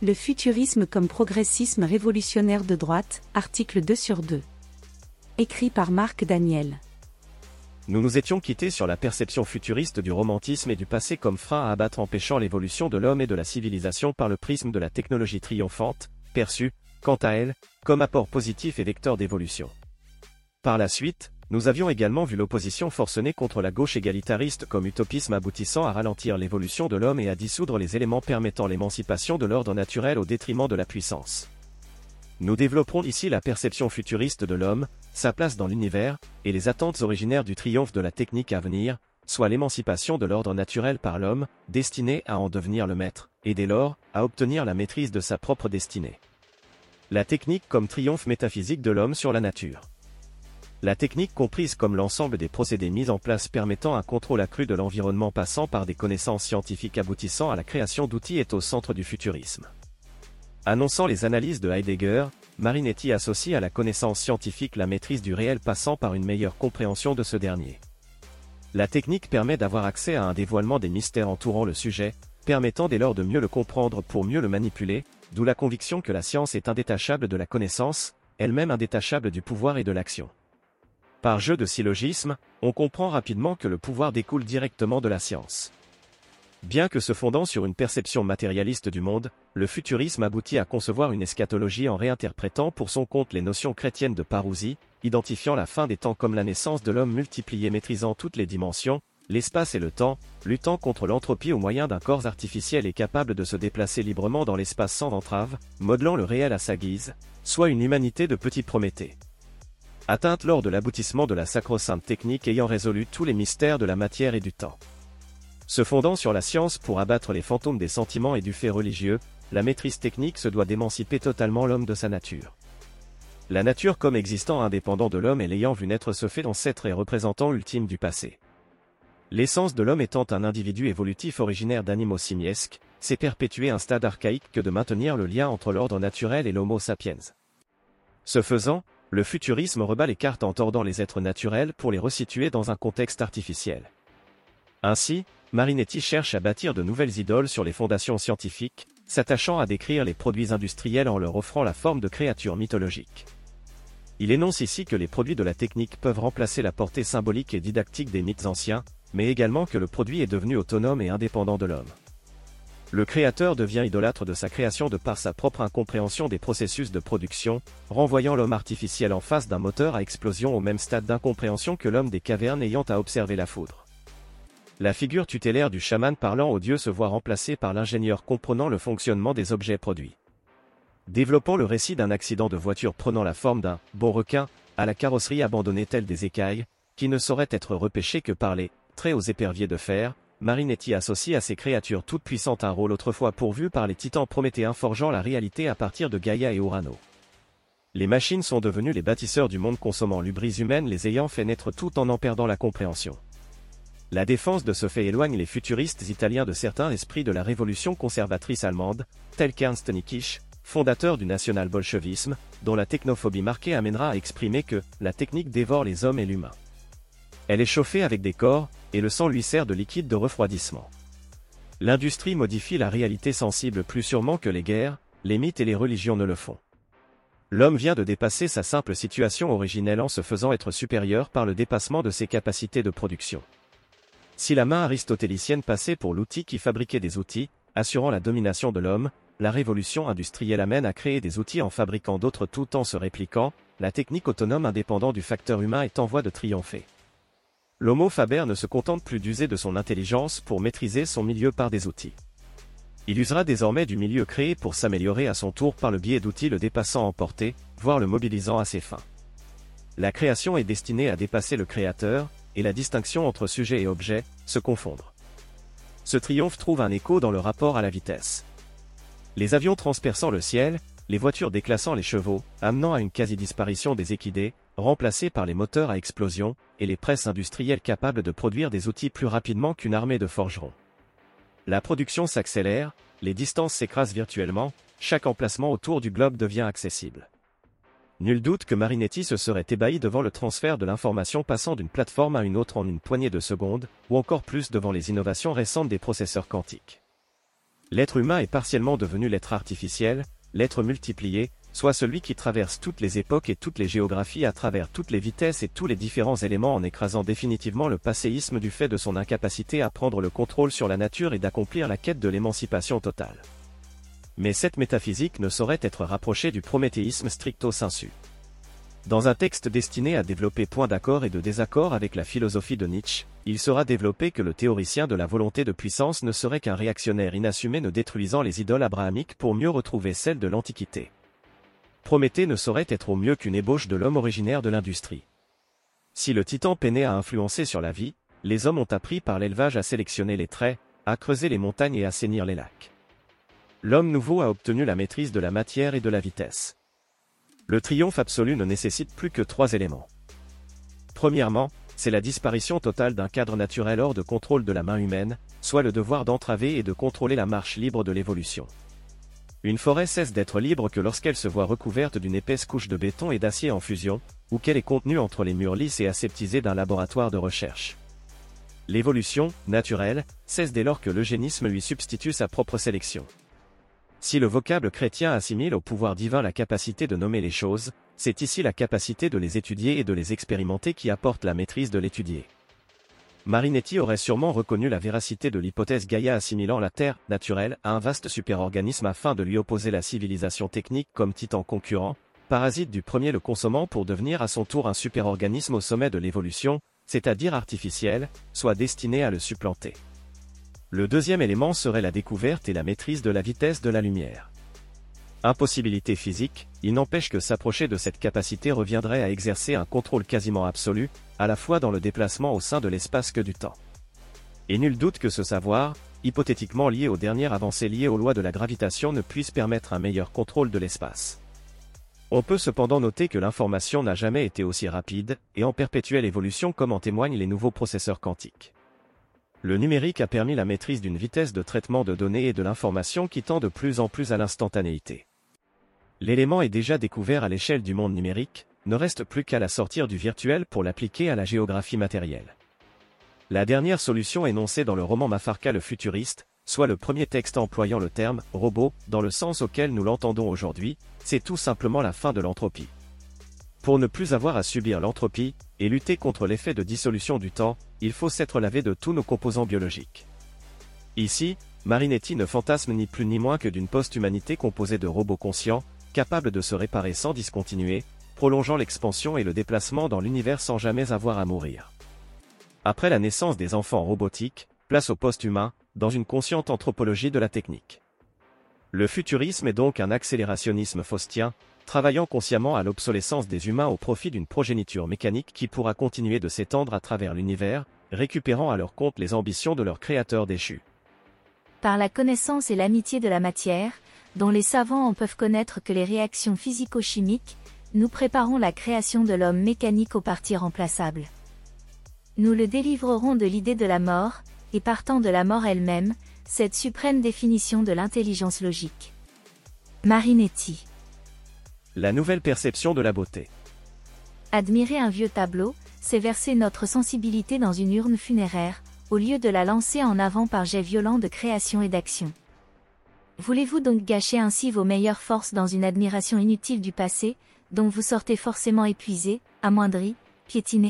Le futurisme comme progressisme révolutionnaire de droite, article 2/2. Écrit par Marc Daniel. Nous nous étions quittés sur la perception futuriste du romantisme et du passé comme frein à abattre empêchant l'évolution de l'homme et de la civilisation par le prisme de la technologie triomphante, perçue, quant à elle, comme apport positif et vecteur d'évolution. Par la suite, nous avions également vu l'opposition forcenée contre la gauche égalitariste comme utopisme aboutissant à ralentir l'évolution de l'homme et à dissoudre les éléments permettant l'émancipation de l'ordre naturel au détriment de la puissance. Nous développerons ici la perception futuriste de l'homme, sa place dans l'univers, et les attentes originaires du triomphe de la technique à venir, soit l'émancipation de l'ordre naturel par l'homme, destiné à en devenir le maître, et dès lors, à obtenir la maîtrise de sa propre destinée. La technique comme triomphe métaphysique de l'homme sur la nature. La technique comprise comme l'ensemble des procédés mis en place permettant un contrôle accru de l'environnement passant par des connaissances scientifiques aboutissant à la création d'outils est au centre du futurisme. Annonçant les analyses de Heidegger, Marinetti associe à la connaissance scientifique la maîtrise du réel passant par une meilleure compréhension de ce dernier. La technique permet d'avoir accès à un dévoilement des mystères entourant le sujet, permettant dès lors de mieux le comprendre pour mieux le manipuler, d'où la conviction que la science est indétachable de la connaissance, elle-même indétachable du pouvoir et de l'action. Par jeu de syllogisme, on comprend rapidement que le pouvoir découle directement de la science. Bien que se fondant sur une perception matérialiste du monde, le futurisme aboutit à concevoir une eschatologie en réinterprétant pour son compte les notions chrétiennes de parousie, identifiant la fin des temps comme la naissance de l'homme multiplié maîtrisant toutes les dimensions, l'espace et le temps, luttant contre l'entropie au moyen d'un corps artificiel et capable de se déplacer librement dans l'espace sans entrave, modelant le réel à sa guise, soit une humanité de petit Prométhée. Atteinte lors de l'aboutissement de la sacro-sainte technique ayant résolu tous les mystères de la matière et du temps. Se fondant sur la science pour abattre les fantômes des sentiments et du fait religieux, la maîtrise technique se doit d'émanciper totalement l'homme de sa nature. La nature comme existant indépendant de l'homme et l'ayant vu naître ce fait d'ancêtre et représentant ultime du passé. L'essence de l'homme étant un individu évolutif originaire d'animaux simiesques, c'est perpétuer un stade archaïque que de maintenir le lien entre l'ordre naturel et l'homo sapiens. Ce faisant, le futurisme rebat les cartes en tordant les êtres naturels pour les resituer dans un contexte artificiel. Ainsi, Marinetti cherche à bâtir de nouvelles idoles sur les fondations scientifiques, s'attachant à décrire les produits industriels en leur offrant la forme de créatures mythologiques. Il énonce ici que les produits de la technique peuvent remplacer la portée symbolique et didactique des mythes anciens, mais également que le produit est devenu autonome et indépendant de l'homme. Le créateur devient idolâtre de sa création de par sa propre incompréhension des processus de production, renvoyant l'homme artificiel en face d'un moteur à explosion au même stade d'incompréhension que l'homme des cavernes ayant à observer la foudre. La figure tutélaire du chaman parlant aux dieux se voit remplacée par l'ingénieur comprenant le fonctionnement des objets produits. Développant le récit d'un accident de voiture prenant la forme d'un « bon requin » à la carrosserie abandonnée telle des écailles, qui ne saurait être repêché que par les « traits aux éperviers de fer », Marinetti associe à ces créatures toutes puissantes un rôle autrefois pourvu par les titans prométhéens forgeant la réalité à partir de Gaïa et Urano. Les machines sont devenues les bâtisseurs du monde consommant l'hubris humaine les ayant fait naître tout en perdant la compréhension. La défense de ce fait éloigne les futuristes italiens de certains esprits de la révolution conservatrice allemande, tels qu'Ernst Niekisch, fondateur du national-bolchevisme, dont la technophobie marquée amènera à exprimer que « la technique dévore les hommes et l'humain ». Elle est chauffée avec des corps, et le sang lui sert de liquide de refroidissement. L'industrie modifie la réalité sensible plus sûrement que les guerres, les mythes et les religions ne le font. L'homme vient de dépasser sa simple situation originelle en se faisant être supérieur par le dépassement de ses capacités de production. Si la main aristotélicienne passait pour l'outil qui fabriquait des outils, assurant la domination de l'homme, la révolution industrielle amène à créer des outils en fabriquant d'autres tout en se répliquant, la technique autonome indépendant du facteur humain est en voie de triompher. L'homo faber ne se contente plus d'user de son intelligence pour maîtriser son milieu par des outils. Il usera désormais du milieu créé pour s'améliorer à son tour par le biais d'outils le dépassant en portée, voire le mobilisant à ses fins. La création est destinée à dépasser le créateur, et la distinction entre sujet et objet, se confondre. Ce triomphe trouve un écho dans le rapport à la vitesse. Les avions transperçant le ciel, les voitures déclassant les chevaux, amenant à une quasi-disparition des équidés, remplacés par les moteurs à explosion, et les presses industrielles capables de produire des outils plus rapidement qu'une armée de forgerons. La production s'accélère, les distances s'écrasent virtuellement, chaque emplacement autour du globe devient accessible. Nul doute que Marinetti se serait ébahi devant le transfert de l'information passant d'une plateforme à une autre en une poignée de secondes, ou encore plus devant les innovations récentes des processeurs quantiques. L'être humain est partiellement devenu l'être artificiel, l'être multiplié, soit celui qui traverse toutes les époques et toutes les géographies à travers toutes les vitesses et tous les différents éléments en écrasant définitivement le passéisme du fait de son incapacité à prendre le contrôle sur la nature et d'accomplir la quête de l'émancipation totale. Mais cette métaphysique ne saurait être rapprochée du prométhéisme stricto sensu. Dans un texte destiné à développer point d'accord et de désaccord avec la philosophie de Nietzsche, il sera développé que le théoricien de la volonté de puissance ne serait qu'un réactionnaire inassumé ne détruisant les idoles abrahamiques pour mieux retrouver celles de l'Antiquité. Prométhée ne saurait être au mieux qu'une ébauche de l'homme originaire de l'industrie. Si le titan peinait à influencer sur la vie, les hommes ont appris par l'élevage à sélectionner les traits, à creuser les montagnes et à assainir les lacs. L'homme nouveau a obtenu la maîtrise de la matière et de la vitesse. Le triomphe absolu ne nécessite plus que 3 éléments. Premièrement, c'est la disparition totale d'un cadre naturel hors de contrôle de la main humaine, soit le devoir d'entraver et de contrôler la marche libre de l'évolution. Une forêt cesse d'être libre que lorsqu'elle se voit recouverte d'une épaisse couche de béton et d'acier en fusion, ou qu'elle est contenue entre les murs lisses et aseptisés d'un laboratoire de recherche. L'évolution, naturelle, cesse dès lors que l'eugénisme lui substitue sa propre sélection. Si le vocable chrétien assimile au pouvoir divin la capacité de nommer les choses, c'est ici la capacité de les étudier et de les expérimenter qui apporte la maîtrise de l'étudier. Marinetti aurait sûrement reconnu la véracité de l'hypothèse Gaïa assimilant la Terre, naturelle, à un vaste superorganisme afin de lui opposer la civilisation technique comme titan concurrent, parasite du premier le consommant pour devenir à son tour un superorganisme au sommet de l'évolution, c'est-à-dire artificiel, soit destiné à le supplanter. Le deuxième élément serait la découverte et la maîtrise de la vitesse de la lumière. Impossibilité physique, il n'empêche que s'approcher de cette capacité reviendrait à exercer un contrôle quasiment absolu, à la fois dans le déplacement au sein de l'espace que du temps. Et nul doute que ce savoir, hypothétiquement lié aux dernières avancées liées aux lois de la gravitation ne puisse permettre un meilleur contrôle de l'espace. On peut cependant noter que l'information n'a jamais été aussi rapide, et en perpétuelle évolution comme en témoignent les nouveaux processeurs quantiques. Le numérique a permis la maîtrise d'une vitesse de traitement de données et de l'information qui tend de plus en plus à l'instantanéité. L'élément est déjà découvert à l'échelle du monde numérique, ne reste plus qu'à la sortir du virtuel pour l'appliquer à la géographie matérielle. La dernière solution énoncée dans le roman Mafarka le futuriste, soit le premier texte employant le terme « robot » dans le sens auquel nous l'entendons aujourd'hui, c'est tout simplement la fin de l'entropie. Pour ne plus avoir à subir l'entropie, et lutter contre l'effet de dissolution du temps, il faut s'être lavé de tous nos composants biologiques. Ici, Marinetti ne fantasme ni plus ni moins que d'une post-humanité composée de robots conscients, capables de se réparer sans discontinuer, prolongeant l'expansion et le déplacement dans l'univers sans jamais avoir à mourir. Après la naissance des enfants robotiques, place au post-humain, dans une consciente anthropologie de la technique. Le futurisme est donc un accélérationnisme faustien, travaillant consciemment à l'obsolescence des humains au profit d'une progéniture mécanique qui pourra continuer de s'étendre à travers l'univers, récupérant à leur compte les ambitions de leurs créateurs déchus. Par la connaissance et l'amitié de la matière, dont les savants en peuvent connaître que les réactions physico-chimiques, nous préparons la création de l'homme mécanique aux parties remplaçables. Nous le délivrerons de l'idée de la mort, et partant de la mort elle-même, cette suprême définition de l'intelligence logique. Marinetti. La nouvelle perception de la beauté. Admirer un vieux tableau, c'est verser notre sensibilité dans une urne funéraire, au lieu de la lancer en avant par jets violents de création et d'action. Voulez-vous donc gâcher ainsi vos meilleures forces dans une admiration inutile du passé, dont vous sortez forcément épuisé, amoindri, piétiné?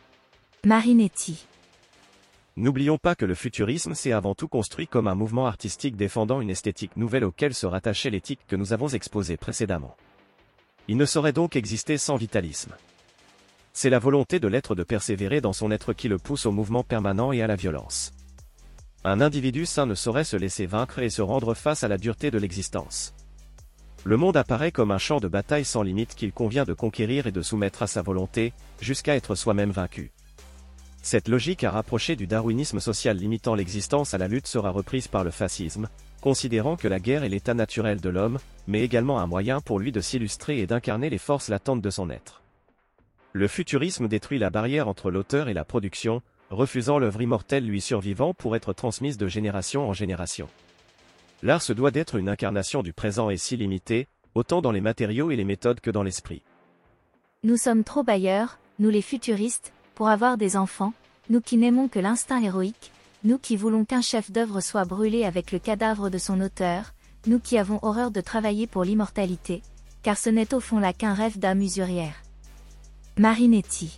Marinetti. N'oublions pas que le futurisme s'est avant tout construit comme un mouvement artistique défendant une esthétique nouvelle auquel se rattachait l'éthique que nous avons exposée précédemment. Il ne saurait donc exister sans vitalisme. C'est la volonté de l'être de persévérer dans son être qui le pousse au mouvement permanent et à la violence. Un individu sain ne saurait se laisser vaincre et se rendre face à la dureté de l'existence. Le monde apparaît comme un champ de bataille sans limite qu'il convient de conquérir et de soumettre à sa volonté, jusqu'à être soi-même vaincu. Cette logique à rapprocher du darwinisme social limitant l'existence à la lutte sera reprise par le fascisme, considérant que la guerre est l'état naturel de l'homme, mais également un moyen pour lui de s'illustrer et d'incarner les forces latentes de son être. Le futurisme détruit la barrière entre l'auteur et la production, refusant l'œuvre immortelle lui survivant pour être transmise de génération en génération. L'art se doit d'être une incarnation du présent et si limité, autant dans les matériaux et les méthodes que dans l'esprit. Nous sommes trop bailleurs, nous les futuristes, pour avoir des enfants, nous qui n'aimons que l'instinct héroïque, nous qui voulons qu'un chef-d'œuvre soit brûlé avec le cadavre de son auteur, nous qui avons horreur de travailler pour l'immortalité, car ce n'est au fond là qu'un rêve d'âme usurière. Marinetti.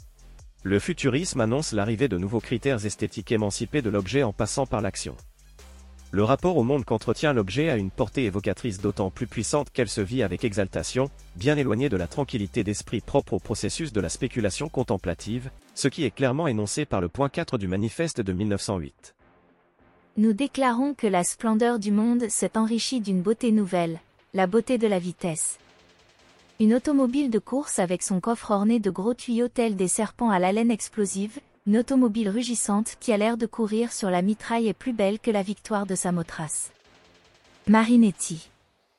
Le futurisme annonce l'arrivée de nouveaux critères esthétiques émancipés de l'objet en passant par l'action. Le rapport au monde qu'entretient l'objet a une portée évocatrice d'autant plus puissante qu'elle se vit avec exaltation, bien éloignée de la tranquillité d'esprit propre au processus de la spéculation contemplative, ce qui est clairement énoncé par le point 4 du manifeste de 1908. Nous déclarons que la splendeur du monde s'est enrichie d'une beauté nouvelle, la beauté de la vitesse. Une automobile de course avec son coffre orné de gros tuyaux tels des serpents à l'haleine explosive, une automobile rugissante qui a l'air de courir sur la mitraille est plus belle que la victoire de Samothrace. Marinetti.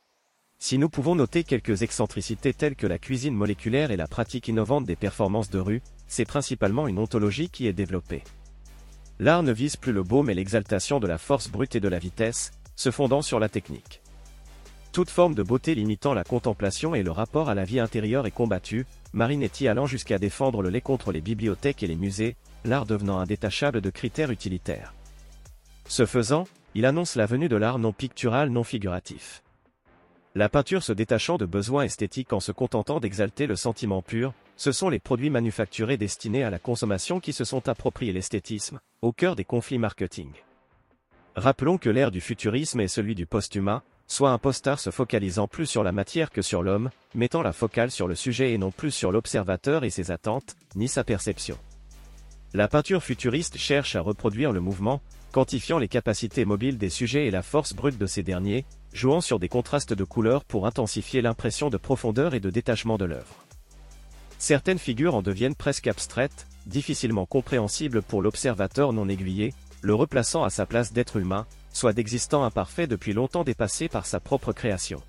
Si nous pouvons noter quelques excentricités telles que la cuisine moléculaire et la pratique innovante des performances de rue, c'est principalement une ontologie qui est développée. L'art ne vise plus le beau mais l'exaltation de la force brute et de la vitesse, se fondant sur la technique. Toute forme de beauté limitant la contemplation et le rapport à la vie intérieure est combattue, Marinetti allant jusqu'à défendre le lait contre les bibliothèques et les musées, l'art devenant indétachable de critères utilitaires. Ce faisant, il annonce la venue de l'art non pictural non figuratif. La peinture se détachant de besoins esthétiques en se contentant d'exalter le sentiment pur, ce sont les produits manufacturés destinés à la consommation qui se sont appropriés l'esthétisme, au cœur des conflits marketing. Rappelons que l'ère du futurisme est celui du post-humain, soit un post-art se focalisant plus sur la matière que sur l'homme, mettant la focale sur le sujet et non plus sur l'observateur et ses attentes, ni sa perception. La peinture futuriste cherche à reproduire le mouvement, quantifiant les capacités mobiles des sujets et la force brute de ces derniers, jouant sur des contrastes de couleurs pour intensifier l'impression de profondeur et de détachement de l'œuvre. Certaines figures en deviennent presque abstraites, difficilement compréhensibles pour l'observateur non aiguillé, le replaçant à sa place d'être humain, soit d'existant imparfait depuis longtemps dépassé par sa propre création.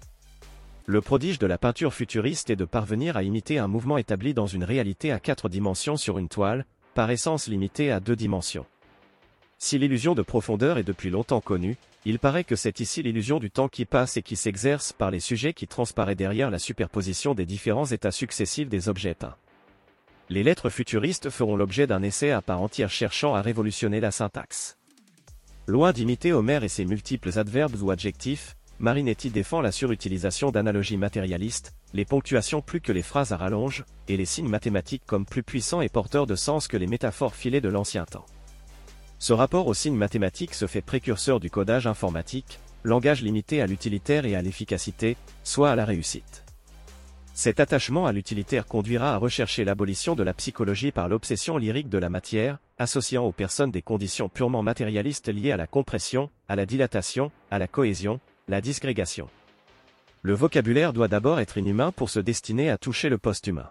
Le prodige de la peinture futuriste est de parvenir à imiter un mouvement établi dans une réalité à 4 dimensions sur une toile, par essence limitée à 2 dimensions. Si l'illusion de profondeur est depuis longtemps connue, il paraît que c'est ici l'illusion du temps qui passe et qui s'exerce par les sujets qui transparaît derrière la superposition des différents états successifs des objets peints. Les lettres futuristes feront l'objet d'un essai à part entière cherchant à révolutionner la syntaxe. Loin d'imiter Homère et ses multiples adverbes ou adjectifs, Marinetti défend la surutilisation d'analogies matérialistes, les ponctuations plus que les phrases à rallonge, et les signes mathématiques comme plus puissants et porteurs de sens que les métaphores filées de l'ancien temps. Ce rapport aux signes mathématiques se fait précurseur du codage informatique, langage limité à l'utilitaire et à l'efficacité, soit à la réussite. Cet attachement à l'utilitaire conduira à rechercher l'abolition de la psychologie par l'obsession lyrique de la matière, associant aux personnes des conditions purement matérialistes liées à la compression, à la dilatation, à la cohésion, la disgrégation. Le vocabulaire doit d'abord être inhumain pour se destiner à toucher le post-humain.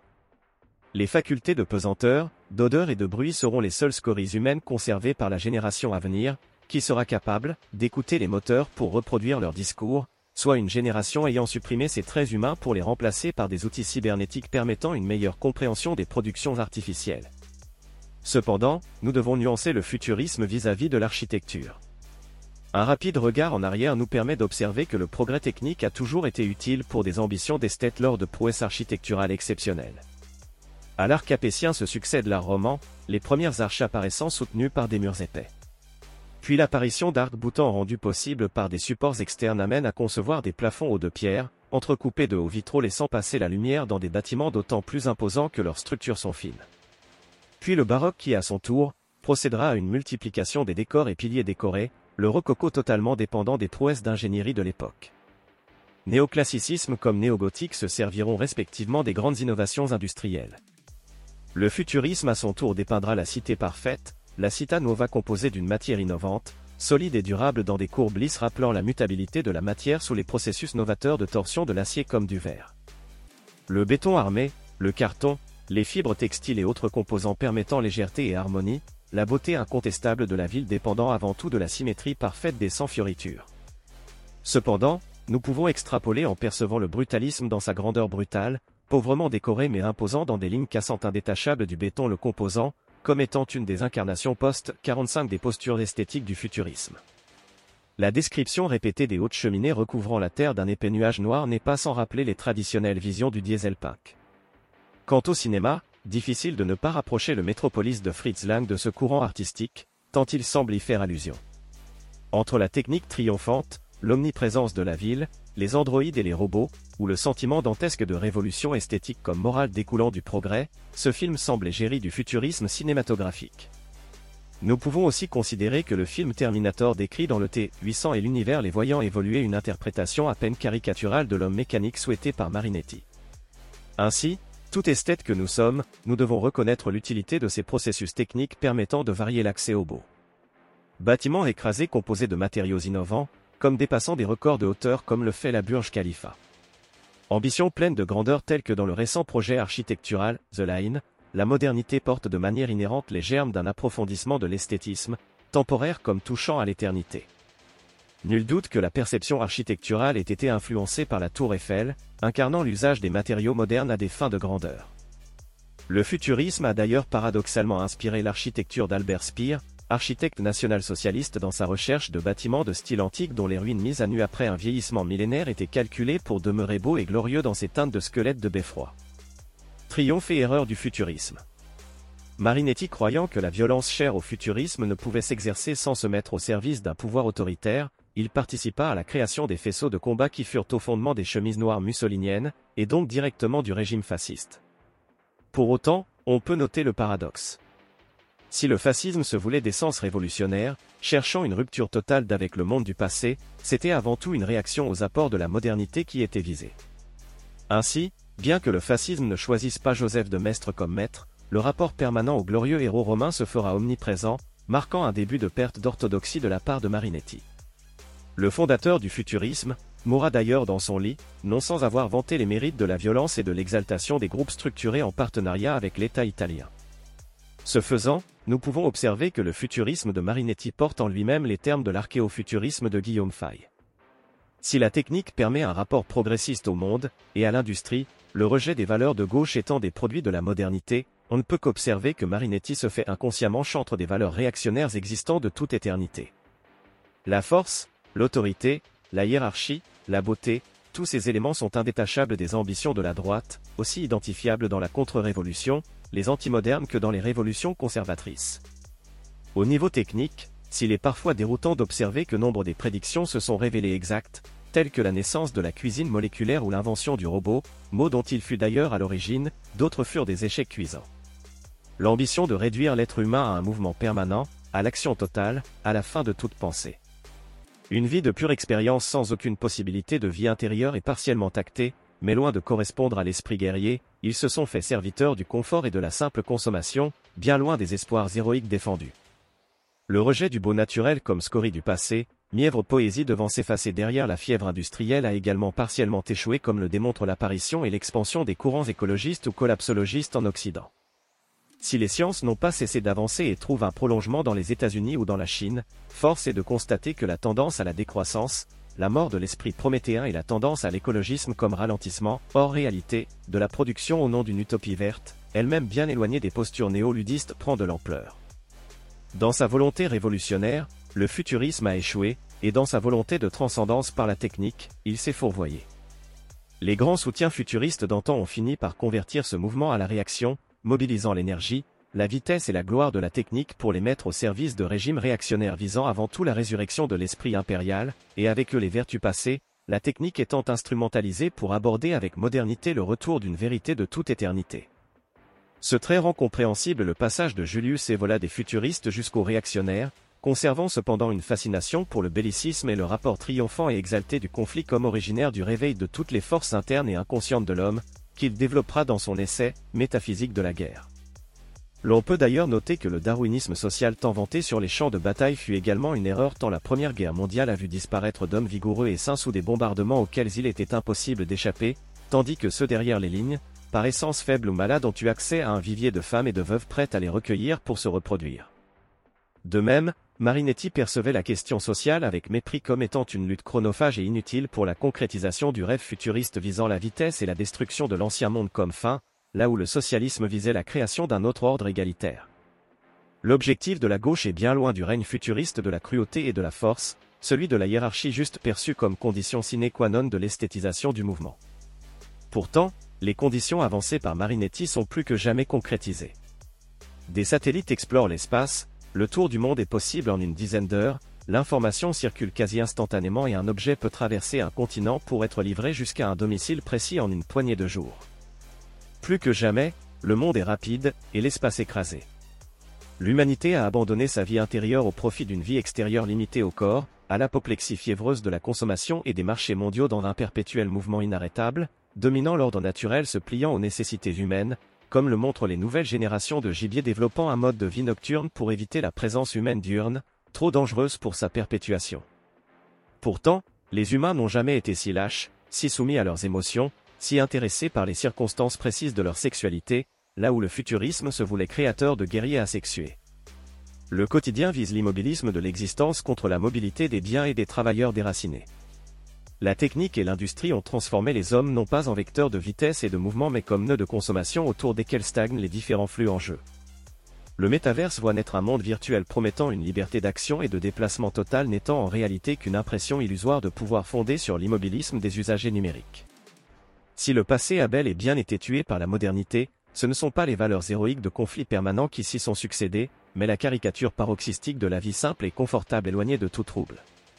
Les facultés de pesanteur, d'odeur et de bruit seront les seules scories humaines conservées par la génération à venir, qui sera capable d'écouter les moteurs pour reproduire leur discours, soit une génération ayant supprimé ses traits humains pour les remplacer par des outils cybernétiques permettant une meilleure compréhension des productions artificielles. Cependant, nous devons nuancer le futurisme vis-à-vis de l'architecture. Un rapide regard en arrière nous permet d'observer que le progrès technique a toujours été utile pour des ambitions d'esthète lors de prouesses architecturales exceptionnelles. À l'art capétien se succède l'art roman, les premières arches apparaissant soutenues par des murs épais. Puis l'apparition d'arcs-boutants rendus possibles par des supports externes amène à concevoir des plafonds hauts de pierre, entrecoupés de hauts vitraux laissant passer la lumière dans des bâtiments d'autant plus imposants que leurs structures sont fines. Puis le baroque qui, à son tour, procédera à une multiplication des décors et piliers décorés, le rococo totalement dépendant des prouesses d'ingénierie de l'époque. Néoclassicisme comme néogothique se serviront respectivement des grandes innovations industrielles. Le futurisme à son tour dépeindra la cité parfaite, la città nuova composée d'une matière innovante, solide et durable dans des courbes lisses rappelant la mutabilité de la matière sous les processus novateurs de torsion de l'acier comme du verre. Le béton armé, le carton, les fibres textiles et autres composants permettant légèreté et harmonie, la beauté incontestable de la ville dépendant avant tout de la symétrie parfaite des 100 fioritures. Cependant, nous pouvons extrapoler en percevant le brutalisme dans sa grandeur brutale, pauvrement décoré mais imposant dans des lignes cassant indétachables du béton le composant, comme étant une des incarnations post-45 des postures esthétiques du futurisme. La description répétée des hautes cheminées recouvrant la Terre d'un épais nuage noir n'est pas sans rappeler les traditionnelles visions du dieselpunk. Quant au cinéma, difficile de ne pas rapprocher le Métropolis de Fritz Lang de ce courant artistique, tant il semble y faire allusion. Entre la technique triomphante, l'omniprésence de la ville, les androïdes et les robots, ou le sentiment dantesque de révolution esthétique comme morale découlant du progrès, ce film semble égérie du futurisme cinématographique. Nous pouvons aussi considérer que le film Terminator décrit dans le T-800 et l'univers les voyant évoluer une interprétation à peine caricaturale de l'homme mécanique souhaité par Marinetti. Ainsi, tout esthète que nous sommes, nous devons reconnaître l'utilité de ces processus techniques permettant de varier l'accès au beau. Bâtiments écrasés composés de matériaux innovants, comme dépassant des records de hauteur comme le fait la Burj Khalifa. Ambition pleine de grandeur telle que dans le récent projet architectural, The Line, la modernité porte de manière inhérente les germes d'un approfondissement de l'esthétisme, temporaire comme touchant à l'éternité. Nul doute que la perception architecturale ait été influencée par la Tour Eiffel, incarnant l'usage des matériaux modernes à des fins de grandeur. Le futurisme a d'ailleurs paradoxalement inspiré l'architecture d'Albert Speer, architecte national-socialiste dans sa recherche de bâtiments de style antique dont les ruines mises à nu après un vieillissement millénaire étaient calculées pour demeurer beaux et glorieux dans ces teintes de squelettes de beffroi. Triomphe et erreur du futurisme. Marinetti croyant que la violence chère au futurisme ne pouvait s'exercer sans se mettre au service d'un pouvoir autoritaire, il participa à la création des faisceaux de combat qui furent au fondement des chemises noires mussoliniennes, et donc directement du régime fasciste. Pour autant, on peut noter le paradoxe. Si le fascisme se voulait d'essence révolutionnaire, cherchant une rupture totale d'avec le monde du passé, c'était avant tout une réaction aux apports de la modernité qui était visée. Ainsi, bien que le fascisme ne choisisse pas Joseph de Maistre comme maître, le rapport permanent au glorieux héros romain se fera omniprésent, marquant un début de perte d'orthodoxie de la part de Marinetti. Le fondateur du futurisme mourra d'ailleurs dans son lit, non sans avoir vanté les mérites de la violence et de l'exaltation des groupes structurés en partenariat avec l'État italien. Ce faisant, nous pouvons observer que le futurisme de Marinetti porte en lui-même les termes de l'archéofuturisme de Guillaume Fay. Si la technique permet un rapport progressiste au monde et à l'industrie, le rejet des valeurs de gauche étant des produits de la modernité, on ne peut qu'observer que Marinetti se fait inconsciemment chantre des valeurs réactionnaires existant de toute éternité. La force, l'autorité, la hiérarchie, la beauté, tous ces éléments sont indétachables des ambitions de la droite, aussi identifiables dans la contre-révolution, les antimodernes que dans les révolutions conservatrices. Au niveau technique, s'il est parfois déroutant d'observer que nombre des prédictions se sont révélées exactes, telles que la naissance de la cuisine moléculaire ou l'invention du robot, mot dont il fut d'ailleurs à l'origine, d'autres furent des échecs cuisants. L'ambition de réduire l'être humain à un mouvement permanent, à l'action totale, à la fin de toute pensée. Une vie de pure expérience sans aucune possibilité de vie intérieure et partiellement tactée, mais loin de correspondre à l'esprit guerrier, ils se sont fait serviteurs du confort et de la simple consommation, bien loin des espoirs héroïques défendus. Le rejet du beau naturel comme scorie du passé, mièvre poésie devant s'effacer derrière la fièvre industrielle a également partiellement échoué comme le démontre l'apparition et l'expansion des courants écologistes ou collapsologistes en Occident. Si les sciences n'ont pas cessé d'avancer et trouvent un prolongement dans les États-Unis ou dans la Chine, force est de constater que la tendance à la décroissance, la mort de l'esprit prométhéen et la tendance à l'écologisme comme ralentissement, hors réalité, de la production au nom d'une utopie verte, elle-même bien éloignée des postures néoludistes prend de l'ampleur. Dans sa volonté révolutionnaire, le futurisme a échoué, et dans sa volonté de transcendance par la technique, il s'est fourvoyé. Les grands soutiens futuristes d'antan ont fini par convertir ce mouvement à la réaction, mobilisant l'énergie, la vitesse et la gloire de la technique pour les mettre au service de régimes réactionnaires visant avant tout la résurrection de l'esprit impérial, et avec eux les vertus passées, la technique étant instrumentalisée pour aborder avec modernité le retour d'une vérité de toute éternité. Ce trait rend compréhensible le passage de Julius Evola des futuristes jusqu'aux réactionnaires, conservant cependant une fascination pour le bellicisme et le rapport triomphant et exalté du conflit comme originaire du réveil de toutes les forces internes et inconscientes de l'homme, qu'il développera dans son essai « Métaphysique de la guerre ». L'on peut d'ailleurs noter que le darwinisme social tant vanté sur les champs de bataille fut également une erreur tant la Première Guerre mondiale a vu disparaître d'hommes vigoureux et sains sous des bombardements auxquels il était impossible d'échapper, tandis que ceux derrière les lignes, par essence faibles ou malades ont eu accès à un vivier de femmes et de veuves prêtes à les recueillir pour se reproduire. De même, Marinetti percevait la question sociale avec mépris comme étant une lutte chronophage et inutile pour la concrétisation du rêve futuriste visant la vitesse et la destruction de l'ancien monde comme fin, là où le socialisme visait la création d'un autre ordre égalitaire. L'objectif de la gauche est bien loin du règne futuriste de la cruauté et de la force, celui de la hiérarchie juste perçue comme condition sine qua non de l'esthétisation du mouvement. Pourtant, les conditions avancées par Marinetti sont plus que jamais concrétisées. Des satellites explorent l'espace, le tour du monde est possible en une dizaine d'heures, l'information circule quasi instantanément et un objet peut traverser un continent pour être livré jusqu'à un domicile précis en une poignée de jours. Plus que jamais, le monde est rapide, et l'espace écrasé. L'humanité a abandonné sa vie intérieure au profit d'une vie extérieure limitée au corps, à l'apoplexie fiévreuse de la consommation et des marchés mondiaux dans un perpétuel mouvement inarrêtable, dominant l'ordre naturel se pliant aux nécessités humaines, comme le montrent les nouvelles générations de gibier développant un mode de vie nocturne pour éviter la présence humaine diurne, trop dangereuse pour sa perpétuation. Pourtant, les humains n'ont jamais été si lâches, si soumis à leurs émotions, si intéressés par les circonstances précises de leur sexualité, là où le futurisme se voulait créateur de guerriers asexués. Le quotidien vise l'immobilisme de l'existence contre la mobilité des biens et des travailleurs déracinés. La technique et l'industrie ont transformé les hommes non pas en vecteurs de vitesse et de mouvement mais comme nœuds de consommation autour desquels stagnent les différents flux en jeu. Le métaverse voit naître un monde virtuel promettant une liberté d'action et de déplacement totale n'étant en réalité qu'une impression illusoire de pouvoir fondée sur l'immobilisme des usagers numériques. Si le passé a bel et bien été tué par la modernité, ce ne sont pas les valeurs héroïques de conflits permanents qui s'y sont succédés, mais la caricature paroxystique de la vie simple et confortable éloignée de tout trouble.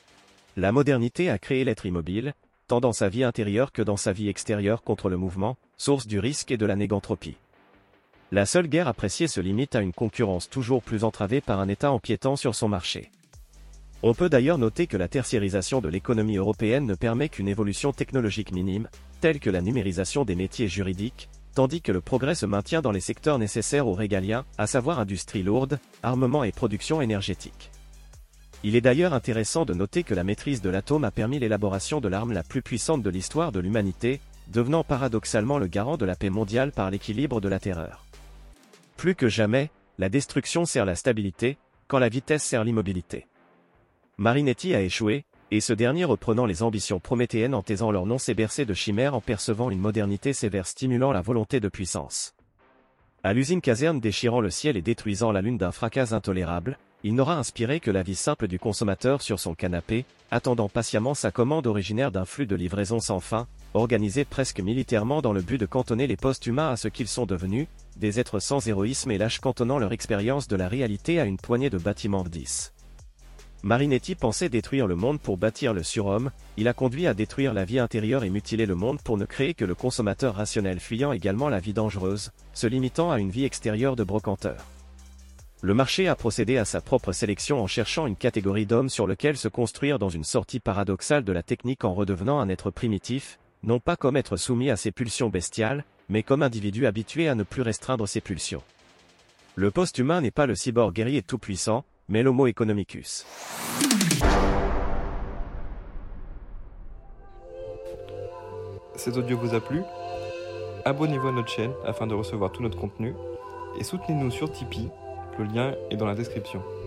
La modernité a créé l'être immobile, tant dans sa vie intérieure que dans sa vie extérieure contre le mouvement, source du risque et de la négantropie. La seule guerre appréciée se limite à une concurrence toujours plus entravée par un État empiétant sur son marché. On peut d'ailleurs noter que la tertiarisation de l'économie européenne ne permet qu'une évolution technologique minime, telle que la numérisation des métiers juridiques, tandis que le progrès se maintient dans les secteurs nécessaires aux régaliens, à savoir industrie lourde, armement et production énergétique. Il est d'ailleurs intéressant de noter que la maîtrise de l'atome a permis l'élaboration de l'arme la plus puissante de l'histoire de l'humanité, devenant paradoxalement le garant de la paix mondiale par l'équilibre de la terreur. Plus que jamais, la destruction sert la stabilité, quand la vitesse sert l'immobilité. Marinetti a échoué, et ce dernier reprenant les ambitions prométhéennes en taisant leur nom s'est bercé de chimères en percevant une modernité sévère stimulant la volonté de puissance. À l'usine caserne déchirant le ciel et détruisant la lune d'un fracas intolérable, il n'aura inspiré que la vie simple du consommateur sur son canapé, attendant patiemment sa commande originaire d'un flux de livraison sans fin, organisé presque militairement dans le but de cantonner les post-humains à ce qu'ils sont devenus, des êtres sans héroïsme et lâches cantonnant leur expérience de la réalité à une poignée de bâtiments 10. Marinetti pensait détruire le monde pour bâtir le surhomme, il a conduit à détruire la vie intérieure et mutiler le monde pour ne créer que le consommateur rationnel fuyant également la vie dangereuse, se limitant à une vie extérieure de brocanteur. Le marché a procédé à sa propre sélection en cherchant une catégorie d'hommes sur lequel se construire dans une sortie paradoxale de la technique en redevenant un être primitif, non pas comme être soumis à ses pulsions bestiales, mais comme individu habitué à ne plus restreindre ses pulsions. Le post-humain n'est pas le cyborg guerrier tout-puissant, mais l'homo economicus. Cet audio vous a plu ? Abonnez-vous à notre chaîne afin de recevoir tout notre contenu et soutenez-nous sur Tipeee, le lien est dans la description.